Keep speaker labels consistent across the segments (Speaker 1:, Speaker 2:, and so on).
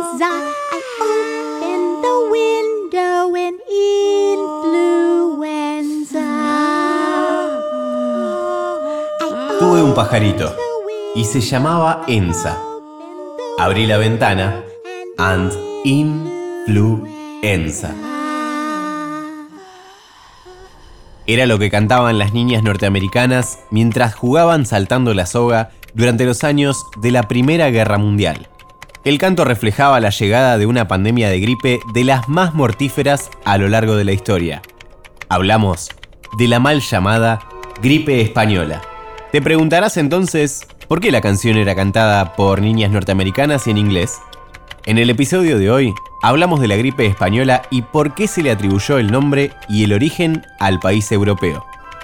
Speaker 1: I opened the window and influenza.
Speaker 2: Tuve un pajarito y se llamaba Enza. Abrí la ventana and influenza. Era lo que cantaban las niñas norteamericanas mientras jugaban saltando la soga durante los años de la Primera Guerra Mundial. El canto reflejaba la llegada de una pandemia de gripe de las más mortíferas a lo largo de la historia. Hablamos de la mal llamada gripe española. Te preguntarás entonces, ¿por qué la canción era cantada por niñas norteamericanas y en inglés? En el episodio de hoy, hablamos de la gripe española y por qué se le atribuyó el nombre y el origen al país europeo.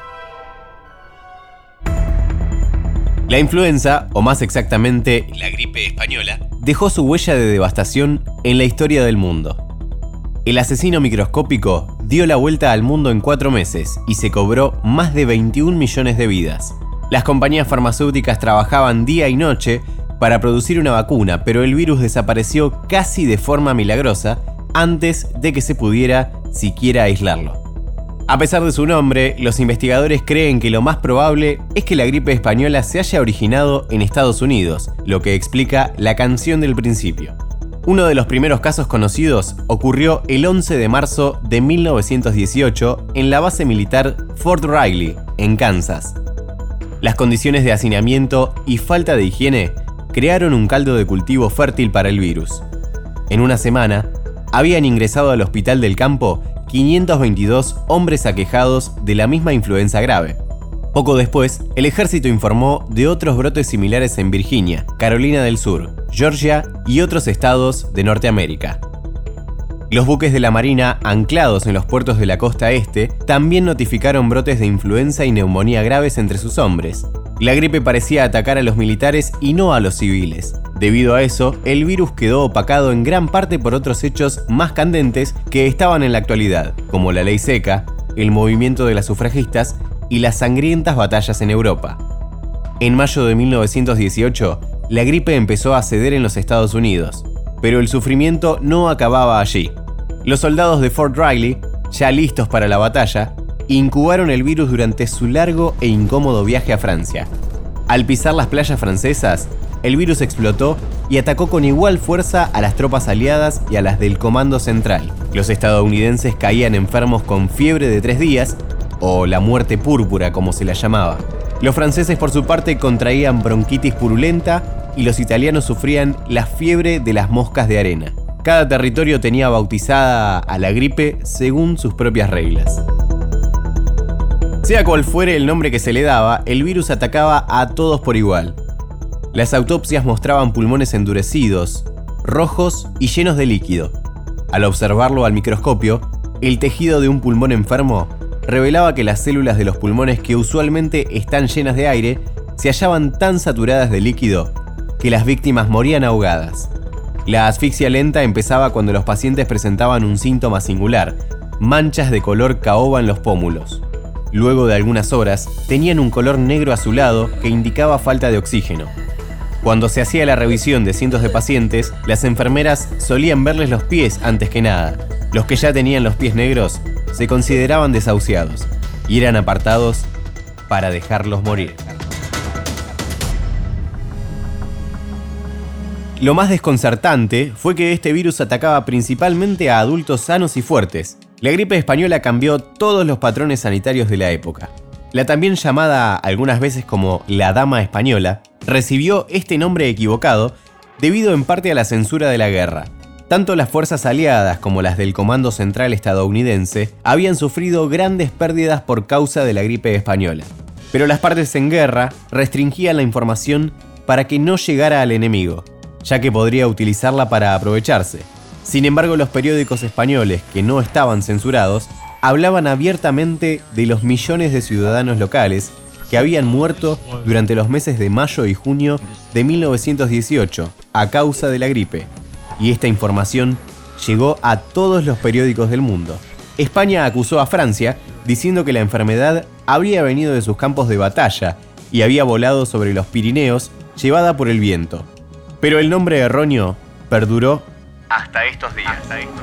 Speaker 2: La influenza, o más exactamente la gripe española, dejó su huella de devastación en la historia del mundo. El asesino microscópico dio la vuelta al mundo en 4 meses y se cobró más de 21 millones de vidas. Las compañías farmacéuticas trabajaban día y noche para producir una vacuna, pero el virus desapareció casi de forma milagrosa antes de que se pudiera siquiera aislarlo. A pesar de su nombre, los investigadores creen que lo más probable es que la gripe española se haya originado en Estados Unidos, lo que explica la canción del principio. Uno de los primeros casos conocidos ocurrió el 11 de marzo de 1918 en la base militar Fort Riley, en Kansas. Las condiciones de hacinamiento y falta de higiene crearon un caldo de cultivo fértil para el virus. En una semana, habían ingresado al hospital del campo 522 hombres aquejados de la misma influenza grave. Poco después, el ejército informó de otros brotes similares en Virginia, Carolina del Sur, Georgia y otros estados de Norteamérica. Los buques de la Marina anclados en los puertos de la costa este también notificaron brotes de influenza y neumonía graves entre sus hombres. La gripe parecía atacar a los militares y no a los civiles. Debido a eso, el virus quedó opacado en gran parte por otros hechos más candentes que estaban en la actualidad, como la ley seca, el movimiento de las sufragistas y las sangrientas batallas en Europa. En mayo de 1918, la gripe empezó a ceder en los Estados Unidos, pero el sufrimiento no acababa allí. Los soldados de Fort Riley, ya listos para la batalla, incubaron el virus durante su largo e incómodo viaje a Francia. Al pisar las playas francesas, el virus explotó y atacó con igual fuerza a las tropas aliadas y a las del Comando Central. Los estadounidenses caían enfermos con fiebre de 3 días, o la muerte púrpura como se la llamaba. Los franceses por su parte contraían bronquitis purulenta y los italianos sufrían la fiebre de las moscas de arena. Cada territorio tenía bautizada a la gripe según sus propias reglas. Sea cual fuere el nombre que se le daba, el virus atacaba a todos por igual. Las autopsias mostraban pulmones endurecidos, rojos y llenos de líquido. Al observarlo al microscopio, el tejido de un pulmón enfermo revelaba que las células de los pulmones, que usualmente están llenas de aire, se hallaban tan saturadas de líquido que las víctimas morían ahogadas. La asfixia lenta empezaba cuando los pacientes presentaban un síntoma singular: manchas de color caoba en los pómulos. Luego de algunas horas, tenían un color negro azulado que indicaba falta de oxígeno. Cuando se hacía la revisión de cientos de pacientes, las enfermeras solían verles los pies antes que nada. Los que ya tenían los pies negros se consideraban desahuciados y eran apartados para dejarlos morir. Lo más desconcertante fue que este virus atacaba principalmente a adultos sanos y fuertes. La gripe española cambió todos los patrones sanitarios de la época. La también llamada algunas veces como la Dama Española recibió este nombre equivocado debido en parte a la censura de la guerra. Tanto las fuerzas aliadas como las del Comando Central estadounidense habían sufrido grandes pérdidas por causa de la gripe española. Pero las partes en guerra restringían la información para que no llegara al enemigo, ya que podría utilizarla para aprovecharse. Sin embargo, los periódicos españoles, que no estaban censurados, hablaban abiertamente de los millones de ciudadanos locales que habían muerto durante los meses de mayo y junio de 1918 a causa de la gripe. Y esta información llegó a todos los periódicos del mundo. España acusó a Francia diciendo que la enfermedad había venido de sus campos de batalla y había volado sobre los Pirineos llevada por el viento. Pero el nombre erróneo perduró hasta estos días.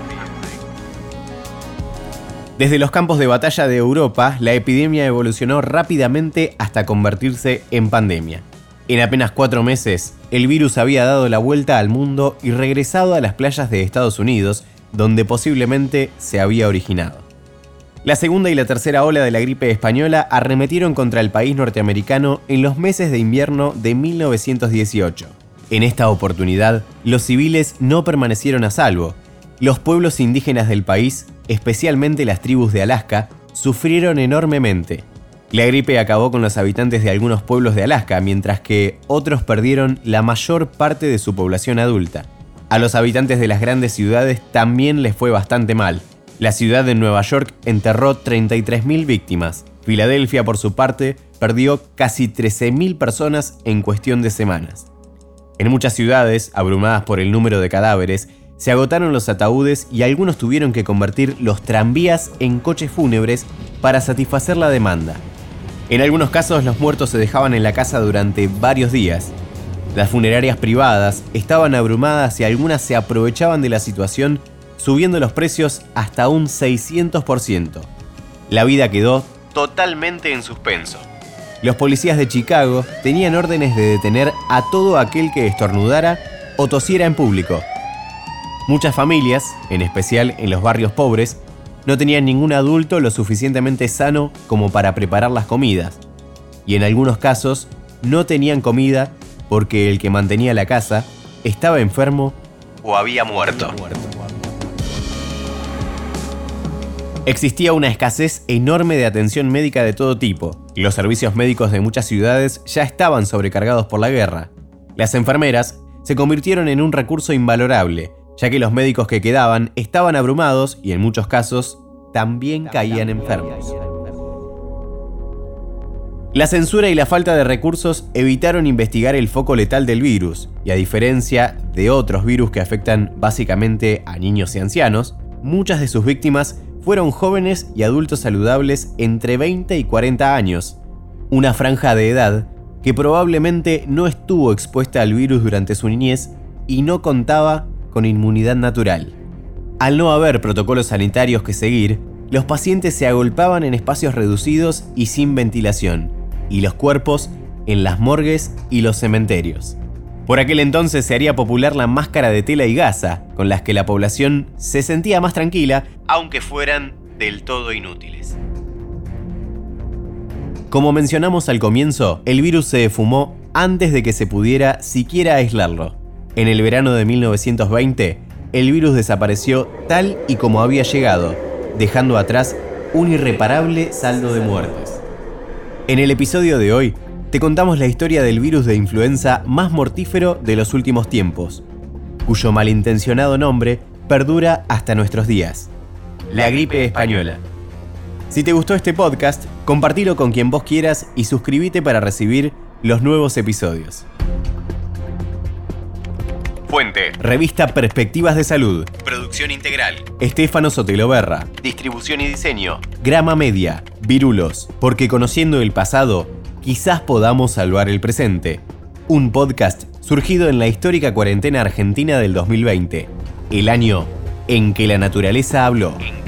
Speaker 2: Desde los campos de batalla de Europa, la epidemia evolucionó rápidamente hasta convertirse en pandemia. En apenas 4 meses, el virus había dado la vuelta al mundo y regresado a las playas de Estados Unidos, donde posiblemente se había originado. La segunda y la tercera ola de la gripe española arremetieron contra el país norteamericano en los meses de invierno de 1918. En esta oportunidad, los civiles no permanecieron a salvo. Los pueblos indígenas del país, especialmente las tribus de Alaska, sufrieron enormemente. La gripe acabó con los habitantes de algunos pueblos de Alaska, mientras que otros perdieron la mayor parte de su población adulta. A los habitantes de las grandes ciudades también les fue bastante mal. La ciudad de Nueva York enterró 33.000 víctimas. Filadelfia, por su parte, perdió casi 13.000 personas en cuestión de semanas. En muchas ciudades, abrumadas por el número de cadáveres, se agotaron los ataúdes y algunos tuvieron que convertir los tranvías en coches fúnebres para satisfacer la demanda. En algunos casos, los muertos se dejaban en la casa durante varios días. Las funerarias privadas estaban abrumadas y algunas se aprovechaban de la situación, subiendo los precios hasta un 600%. La vida quedó totalmente en suspenso. Los policías de Chicago tenían órdenes de detener a todo aquel que estornudara o tosiera en público. Muchas familias, en especial en los barrios pobres, no tenían ningún adulto lo suficientemente sano como para preparar las comidas. Y en algunos casos, no tenían comida porque el que mantenía la casa estaba enfermo o había muerto. Existía una escasez enorme de atención médica de todo tipo. Los servicios médicos de muchas ciudades ya estaban sobrecargados por la guerra. Las enfermeras se convirtieron en un recurso invalorable, ya que los médicos que quedaban estaban abrumados y en muchos casos también caían enfermos. La censura y la falta de recursos evitaron investigar el foco letal del virus, y a diferencia de otros virus que afectan básicamente a niños y ancianos, muchas de sus víctimas fueron jóvenes y adultos saludables entre 20 y 40 años, una franja de edad que probablemente no estuvo expuesta al virus durante su niñez y no contaba con inmunidad natural. Al no haber protocolos sanitarios que seguir, los pacientes se agolpaban en espacios reducidos y sin ventilación, y los cuerpos en las morgues y los cementerios. Por aquel entonces se haría popular la máscara de tela y gasa, con las que la población se sentía más tranquila, aunque fueran del todo inútiles. Como mencionamos al comienzo, el virus se esfumó antes de que se pudiera siquiera aislarlo. En el verano de 1920, el virus desapareció tal y como había llegado, dejando atrás un irreparable saldo de muertes. En el episodio de hoy, te contamos la historia del virus de influenza más mortífero de los últimos tiempos, cuyo malintencionado nombre perdura hasta nuestros días: la gripe española. Si te gustó este podcast, compartilo con quien vos quieras y suscríbete para recibir los nuevos episodios. Fuente: Revista Perspectivas de Salud. Producción integral: Estefano Sotelo Berra. Distribución y diseño: Grama Media. Virulos: porque conociendo el pasado, quizás podamos salvar el presente. Un podcast surgido en la histórica cuarentena argentina del 2020, el año en que la naturaleza habló.